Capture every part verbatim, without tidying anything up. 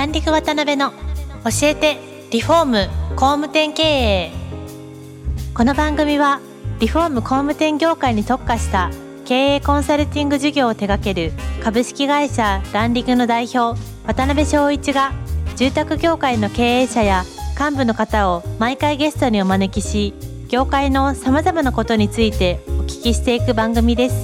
ランディング渡辺の教えてリフォーム工務店経営。この番組はリフォーム工務店業界に特化した経営コンサルティング事業を手掛ける株式会社ランディングの代表渡辺翔一が住宅業界の経営者や幹部の方を毎回ゲストにお招きし、業界のさまざまなことについてお聞きしていく番組です。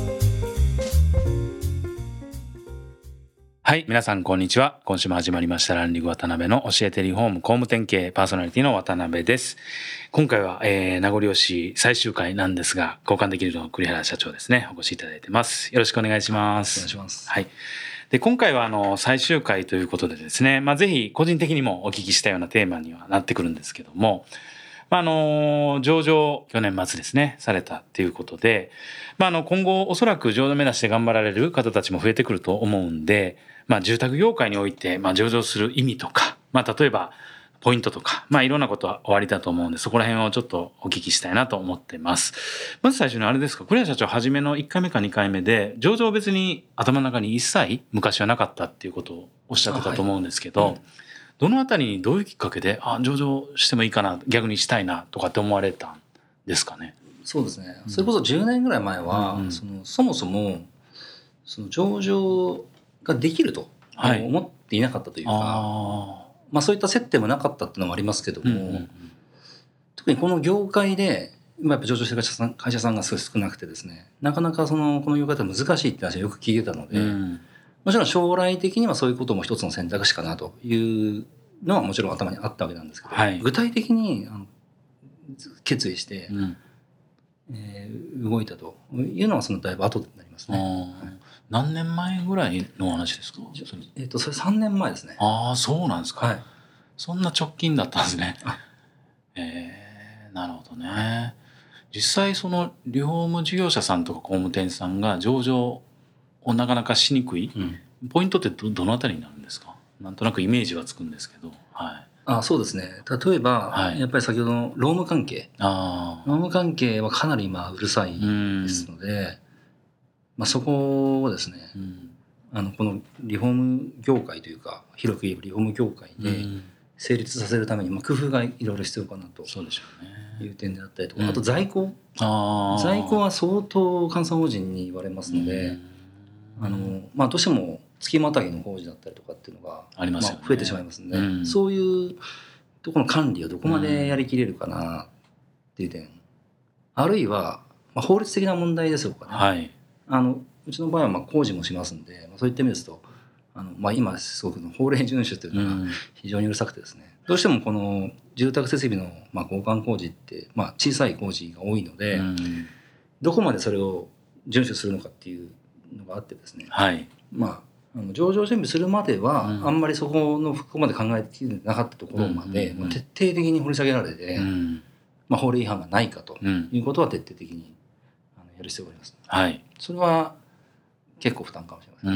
はい、皆さんこんにちは。今週も始まりましたランディング渡辺の教えてリフォーム工務店経営、パーソナリティの渡辺です。今回は、えー、名残惜しい最終回なんですが、交換できるの栗原社長ですね、お越しいただいてます。よろしくお願いします。 お願いします。 はい。で、今回はあの最終回ということでですね、まあぜひ個人的にもお聞きしたようなテーマにはなってくるんですけども、まあ、あの上場去年末ですねされたっていうことで、まあ、あの今後おそらく上場目指して頑張られる方たちも増えてくると思うんで、まあ、住宅業界においてまあ上場する意味とか、まあ、例えばポイントとか、まあ、いろんなことは終わりだと思うんで、そこら辺をちょっとお聞きしたいなと思ってます。まず最初にあれですか、栗原社長初めのいっかいめかにかいめで上場別に頭の中に一切昔はなかったっていうことをおっしゃってたと思うんですけど、はい、うん、どのあたりにどういうきっかけであ上場してもいいかな、逆にしたいなとかって思われたんですかね。 そうですね、それこそじゅうねんぐらい前は、うん、そのそもそもその上場ができると思っていなかったというか、はい、あまあ、そういった接点もなかったっていうのもありますけども、うんうんうん、特にこの業界でやっぱ上場してる会社さん、会社さんがすごい少なくてですね、なかなかそのこの業界って難しいって話はよく聞いてたので、うん、もちろん将来的にはそういうことも一つの選択肢かなというのはもちろん頭にあったわけなんですけど、はい、具体的にあの決意して、うん、えー、動いたというのはそのだいぶ後になりますね。はい、 何年前ぐらいの話ですか？ えーと、それさんねんまえですね。 ああ、そうなんですか。 はい、 そんな直近だったんですね。えー、なるほどね。実際そのリフォーム事業者さんとか工務店さんが上場をなかなかしにくい、うん、ポイントって ど, どのあたりになるんですか？なんとなくイメージはつくんですけど。はい、 あそうですね。例えば、はい、やっぱり先ほどの労務関係、あ労務関係はかなり今うるさいですので、まあ、そこをですね、うん、あのこのリフォーム業界というか広く言えばリフォーム業界で成立させるために、まあ、工夫がいろいろ必要かなという点であったりとか、あと在庫、あ在庫は相当監査法人に言われますので、あの、まあ、どうしても月またぎの工事だったりとかっていうのがありますよね、まあ、増えてしまいますので、うん、そういうところの管理をどこまでやりきれるかなっていう点、あるいは、まあ、法律的な問題ですよかね、はい、あのうちの場合はまあ工事もしますんで、まあ、そういった意味ですとあの、まあ、今すごく法令遵守というのが非常にうるさくてですね、うん、どうしてもこの住宅設備のまあ交換工事って、まあ、小さい工事が多いので、うん、どこまでそれを遵守するのかっていうのがあってですね、はい、まああの上場準備するまでは、うん、あんまりそこのここまで考えてなかったところまで、うんうんうん、徹底的に掘り下げられて、うんまあ、法令違反がないかということは徹底的にあのやる必要があります、はい、それは結構負担かもしれません。 うん、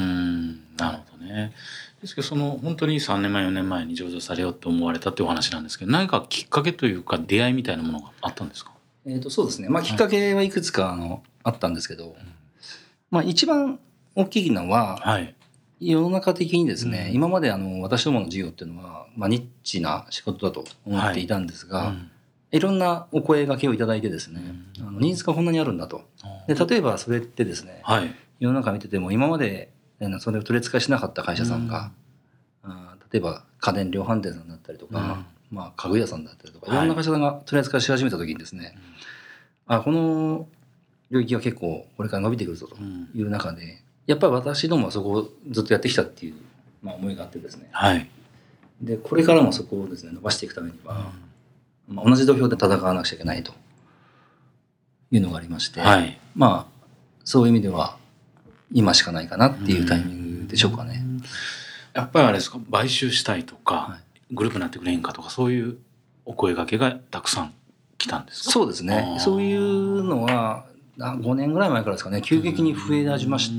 なるほどね。ですけどその本当にさんねんまえよねんまえに上場されようと思われたっていうお話なんですけど、何かきっかけというか出会いみたいなものがあったんですか？ えーと、そうですね、まあ、きっかけはいくつかあのあったんですけど、まあ、一番大きいのは、はい、世の中的にですね、うん、今まであの私どもの事業っていうのは、まあ、ニッチな仕事だと思っていたんですが、はいうん、いろんなお声掛けをいただいてですね、うん、あのニーズがこんなにあるんだと。で例えばそれってですね、はい、世の中見てても今までそれを取り扱いしなかった会社さんが、うん、あ例えば家電量販店さんだったりとか、うんまあ、家具屋さんだったりとかいろんな会社さんが取り扱いし始めた時にですね、はい、あこの領域は結構これから伸びてくるぞという中で、うんやっぱり私どもはそこをずっとやってきたっていう、まあ、思いがあってですね、はい、でこれからもそこをですね伸ばしていくためには、うんまあ、同じ土俵で戦わなくちゃいけないというのがありまして、はい、まあそういう意味では今しかないかなっていうタイミングでしょうかね。 うんやっぱりあれですか、買収したいとか、はい、グループになってくれんかとかそういうお声掛けがたくさん来たんですか？ そうですね、そういうのはごねんぐらい前からですかね、急激に増え始めまして、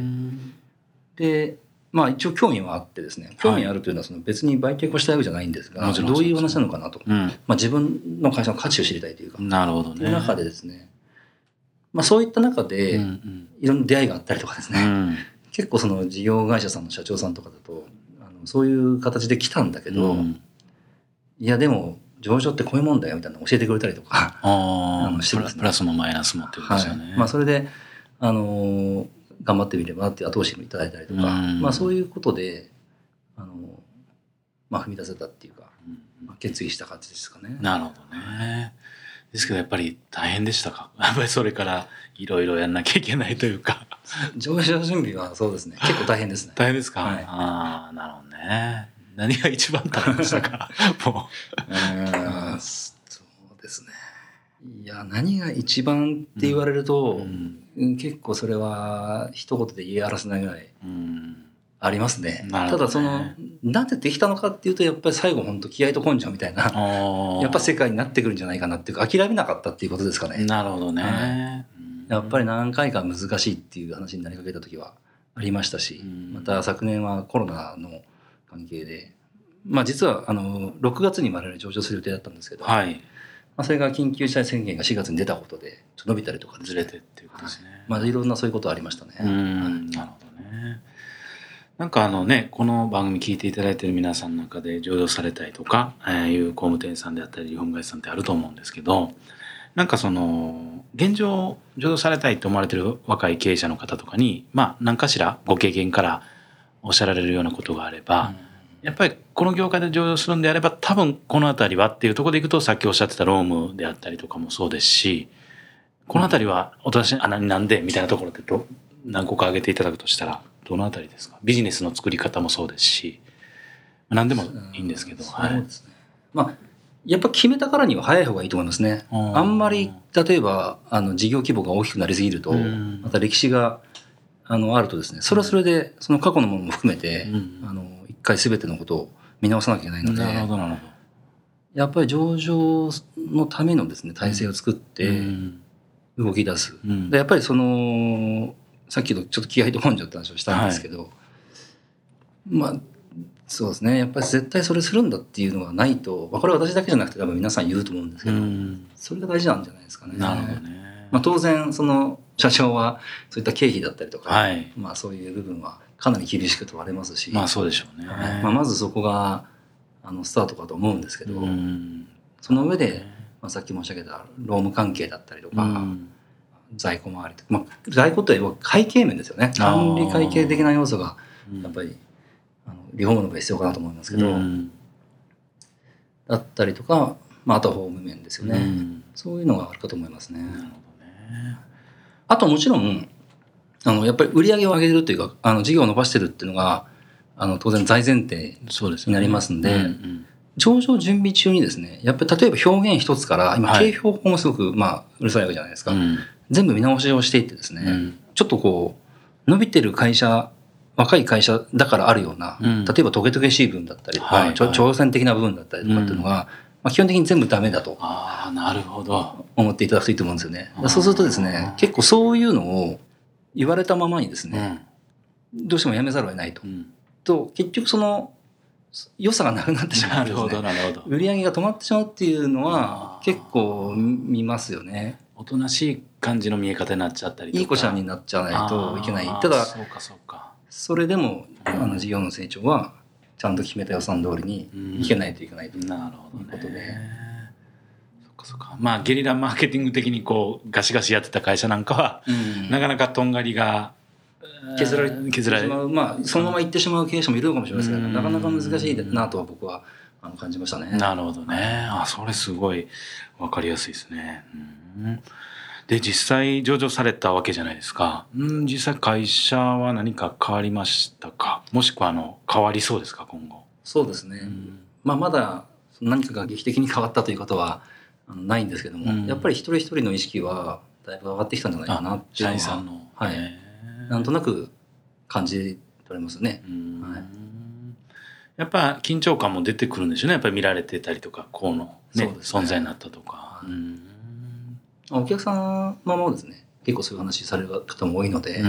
で、まあ一応興味はあってですね、興味あるというのはその別に売却をしたいわけじゃないんですが、はい、どういう話なのかなと、うんまあ、自分の会社の価値を知りたいというか、 なるほどね。という中でですね、まあそういった中でいろんな出会いがあったりとかですね、うんうん、結構その事業会社さんの社長さんとかだと、あのそういう形で来たんだけど、うん、いやでも上場ってこういうもんだよみたいなの教えてくれたりとかああしてますね。プラスもマイナスもってことですよね。 はい、まあ、それであの頑張ってみればって後押しもいただいたりとか、うん、まあ、そういうことであの、まあ、踏み出せたっていうか、うんまあ、決意した感じですかね。 なるほどね。ですけどやっぱり大変でしたか？やっぱりそれからいろいろやんなきゃいけないというか上場準備はそうですね、結構大変ですね。 大変ですか？ はい、 ああ、なるほどね。何が一番大変でしたか？もううんそうですね。いや何が一番って言われると、うんうん、結構それは一言で言い表せないぐらいありますね。うん、ただそのなんでできたのかっていうとやっぱり最後本当気合と根性みたいなやっぱ世界になってくるんじゃないかなっていうか諦めなかったっていうことですかね。 なるほどね。はい、 やっぱり何回か難しいっていう話になりかけた時はありましたし、また昨年はコロナの関係で、まあ、実はあのろくがつに我々上場する予定だったんですけど、 はい、 まあ、それが緊急事態宣言がしがつに出たことでちょっと伸びたりとか、ね、 ずれてっていうことですね。はい、 まあ、いろんなそういうことありましたね。 うん、はい、なるほどね。なんかあのね、この番組聞いていただいている皆さんの中で上場されたりとか、えー、いう工務店さんであったりリフォーム会社さんってあると思うんですけど、なんかその現状上場されたいと思われている若い経営者の方とかに、まあ何かしらご経験からおっしゃられるようなことがあれば、うん、やっぱりこの業界で上場するんであれば多分この辺りはっていうところでいくと、さっきおっしゃってたロームであったりとかもそうですし、この辺りはお出し穴になんでみたいなところでど何個か挙げていただくとしたらどの辺りですか？ビジネスの作り方もそうですし、何でもいいんですけど。 そうですね。はい、まあやっぱ決めたからには早い方がいいと思いますね。あんまり例えばあの事業規模が大きくなりすぎると、また歴史があのあるとですね、それはそれでその過去のものも含めて、うん、あの一回全てのことを見直さなきゃいけないので、 なるほどなるほど。 やっぱり上場のためのですね体制を作って動き出す。うん、でやっぱりそのさっきのちょっと気合と根性って話をしたんですけど、はい、まあそうですね、やっぱり絶対それするんだっていうのがないと、これは私だけじゃなくて多分皆さん言うと思うんですけど、うん、それが大事なんじゃないですかね。 なるほどね。 まあ、当然その社長はそういった経費だったりとか、はい、まあ、そういう部分はかなり厳しく問われますし、 まあそうでしょうね。 まあ、まずそこがあのスタートかと思うんですけど、うん、その上で、まあ、さっき申し上げた労務関係だったりとか、うん、在庫回りとか、まあ、在庫というのは会計面ですよね。管理会計的な要素がやっぱりあのリフォームの場合必要かなと思いますけど、うん、だったりとか、まあ、あとは法務面ですよね、うん、そういうのがあるかと思いますね。 なるほどね。 あともちろんあのやっぱり売り上げを上げるというか、あの事業を伸ばしてるっていうのがあの当然大前提になりますんで、うんうん、上場準備中にですね、やっぱり例えば表現一つから今経費法もすごく、まあ、うるさいわけじゃないですか、うん、全部見直しをしていってですね、うん、ちょっとこう伸びてる会社、若い会社だからあるような、うん、例えばトゲトゲしい部分だったりとか、はいはい、挑戦的な部分だったりとかっていうのが、うん、まあ、基本的に全部ダメだと思っていただくといいと思うんですよね。そうするとですね、結構そういうのを言われたままにですね、うん、どうしてもやめざるを得ないと、うん、と結局その良さがなくなってしまうんですね。売り上げが止まってしまうっていうのは結構見ますよね。 おとなしい感じの見え方になっちゃったりとか、 いい子ちゃんになっちゃわないといけない。ただそうかそうか、 それでもあの事業の成長はちゃんと決めた予算通りにいけないといけないということで、 そうかそうか、まあゲリラマーケティング的にこうガシガシやってた会社なんかは、うん、なかなかとんがりが削られてしまう、まあそのまま行ってしまう経営者もいるのかもしれないですけど、なかなか難しいなとは僕はあの感じましたね。 なるほどね。あ、それすごい分かりやすいですね。うん、で実際上場されたわけじゃないですか。うん、実際会社は何か変わりましたか、もしくはあの変わりそうですか今後。 そうですね、うん、まあ、まだ何かが劇的に変わったということはあのないんですけども、うん、やっぱり一人一人の意識はだいぶ上がってきたんじゃないかなっていうのは、 社員さんの、 はい、なんとなく感じ取れますね。はい、 やっぱ緊張感も出てくるんでしょうね。やっぱり見られてたりとか、こうの、ね、ね、存在になったとか、うん、 お客様もですね結構そういう話される方も多いので、うん、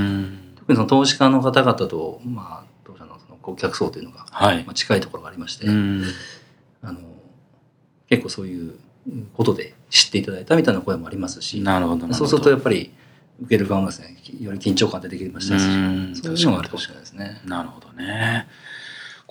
特にその投資家の方々と、まあ、当社のその顧客層というのが、はい、まあ、近いところがありまして、うん、あの結構そういうことで知っていただいたみたいな声もありますし、 なるほどなるほど。 そうするとやっぱり受ける側もですねより緊張感出てきましたし、そういうのがあるかもしれないですね。 なるほどね。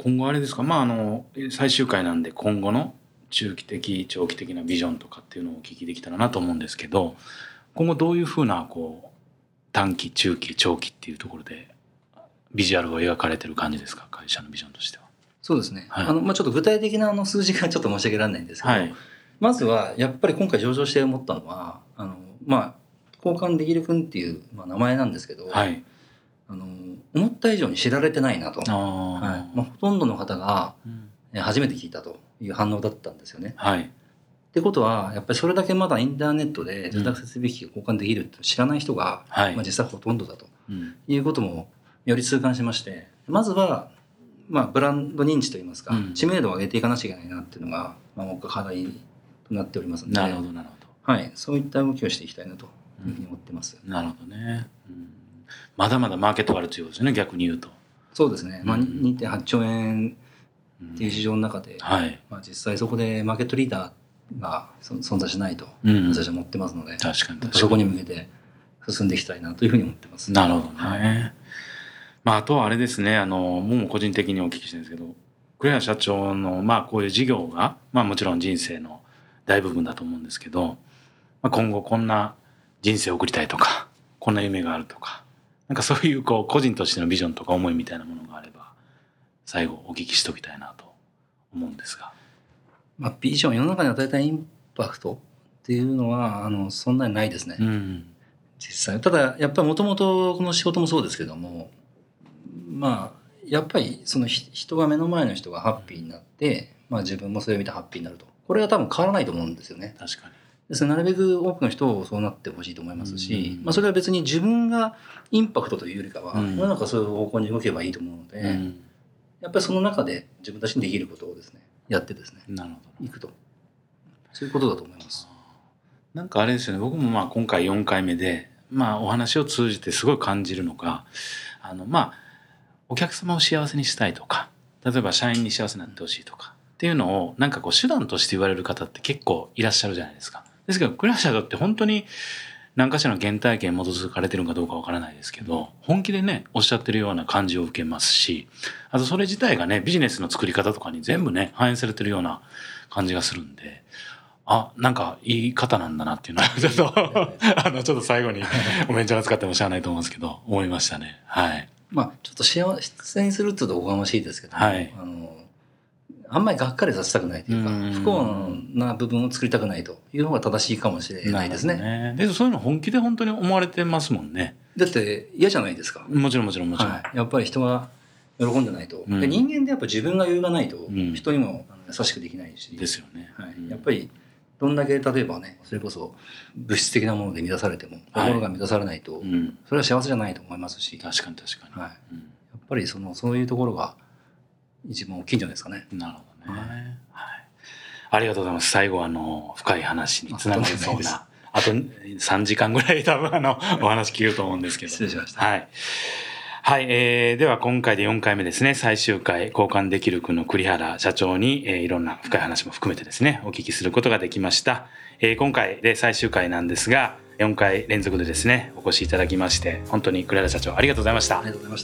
今後あれですか、まああの最終回なんで今後の中期的長期的なビジョンとかっていうのをお聞きできたらなと思うんですけど、今後どういうふうなこう短期中期長期っていうところでビジュアルを描かれてる感じですか、会社のビジョンとしては。 そうですね、はい、あのまあ、ちょっと具体的なあの数字がちょっと申し上げられないんですけど、はい、まずはやっぱり今回上場して思ったのはあの、まあ、交換できるくんっていう、まあ、名前なんですけど、はい、あの思った以上に知られてないなと、あ、はいまあ、ほとんどの方が初めて聞いたという反応だったんですよね。はい、ってことはやっぱりそれだけまだインターネットで住宅設備機器が交換できるって知らない人が、うんまあ、実際ほとんどだと、うん、いうこともより痛感しまして、まずは、まあ、ブランド認知といいますか、うん、知名度を上げていかなきゃいけないなっていうのが、まあ、目課題となっておりますので、 なるほどなるほど、 はい、そういった動きをしていきたいなというふうに思ってます。 うん、なるほどね、うん、まだまだマーケットがあるということですね、逆に言うと。 そうですね、まあ、にてんはちちょうえんっていう市場の中で、うんはいまあ、実際そこでマーケットリーダーが存在しないと私は思ってますので、うん、確かに確かにそこに向けて進んでいきたいなというふうに思ってます。 なるほどね、はいまあ、あとはあれですね、あのもう個人的にお聞きしてるんですけど、栗原社長のまあこういう事業が、まあ、もちろん人生の大部分だと思うんですけど、まあ、今後こんな人生を送りたいとかこんな夢があるとか、なんかそういうこう個人としてのビジョンとか思いみたいなものがあれば最後お聞きしておきたいなと思うんですが。 まあ、ビジョン世の中に与えたインパクトっていうのはあのそんなにないですね、うん、実際。ただやっぱりもともとこの仕事もそうですけども、まあやっぱりその人が目の前の人がハッピーになって、まあ、自分もそれを見てハッピーになると、これは多分変わらないと思うんですよね。 確かに。 ですなるべく多くの人をそうなってほしいと思いますし、まあ、それは別に自分がインパクトというよりかは、うん、世の中そういう方向に動けばいいと思うので、うん、やっぱりその中で自分たちにできることをですねやってですね、なるほど、いくと、そういうことだと思います。 なんかあれですよね、僕もまあ今回よんかいめで、まあ、お話を通じてすごい感じるのが、あのまあお客様を幸せにしたいとか、例えば社員に幸せになってほしいとかっていうのをなんかこう手段として言われる方って結構いらっしゃるじゃないですか。ですけど栗原社長って本当に何かしらの原体験に基づかれてるのかどうかわからないですけど、本気でねおっしゃってるような感じを受けますし、あとそれ自体がねビジネスの作り方とかに全部ね反映されてるような感じがするんで、あ、なんかいい方なんだなっていうのはちょっとあのちょっと最後におめんちゃら使ってもしゃあないと思うんですけど思いましたね。はい。 まあちょっと幸せにするって言うとおこがましいですけど、はい、あのあんまりがっかりさせたくないというか、う不幸な部分を作りたくないという方が正しいかもしれないですね。 ねでそういうの本気で本当に思われてますもんね。 だって嫌じゃないですか。 もちろんもちろんもちろん、はい、 やっぱり人が喜んでないと、うん、で人間でやっぱ自分が余裕がないと人にも優しくできないし、 うん、ですよね、 はい、やっぱりどんだけ例えばねそれこそ物質的なもので満たされても心が満たされないと、はいうん、それは幸せじゃないと思いますし、 確かに確かに、 はいうん、やっぱりそのそういうところが一番大きいんじゃないですかね。 なるほどね、はいはい、ありがとうございます。最後あの深い話につながりそうなあとさんじかんぐらい多分あのお話聞くと思うんですけど失礼しました。 はいはい、えー、では今回でよんかいめですね、最終回交換できるくの栗原社長に、えー、いろんな深い話も含めてですねお聞きすることができました、えー、今回で最終回なんですがよんかい連続でですねお越しいただきまして本当に栗原社長ありがとうございました。 ありがとうございました。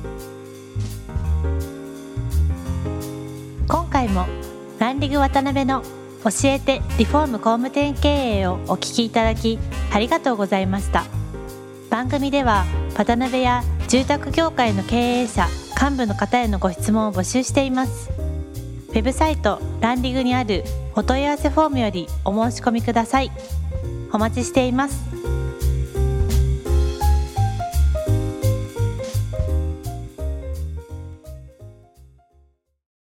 今回もランディング渡辺の教えてリフォーム工務店経営をお聞きいただきありがとうございました。番組では渡辺や住宅業界の経営者幹部の方へのご質問を募集しています。ウェブサイトランディングにあるお問い合わせフォームよりお申し込みください。お待ちしています。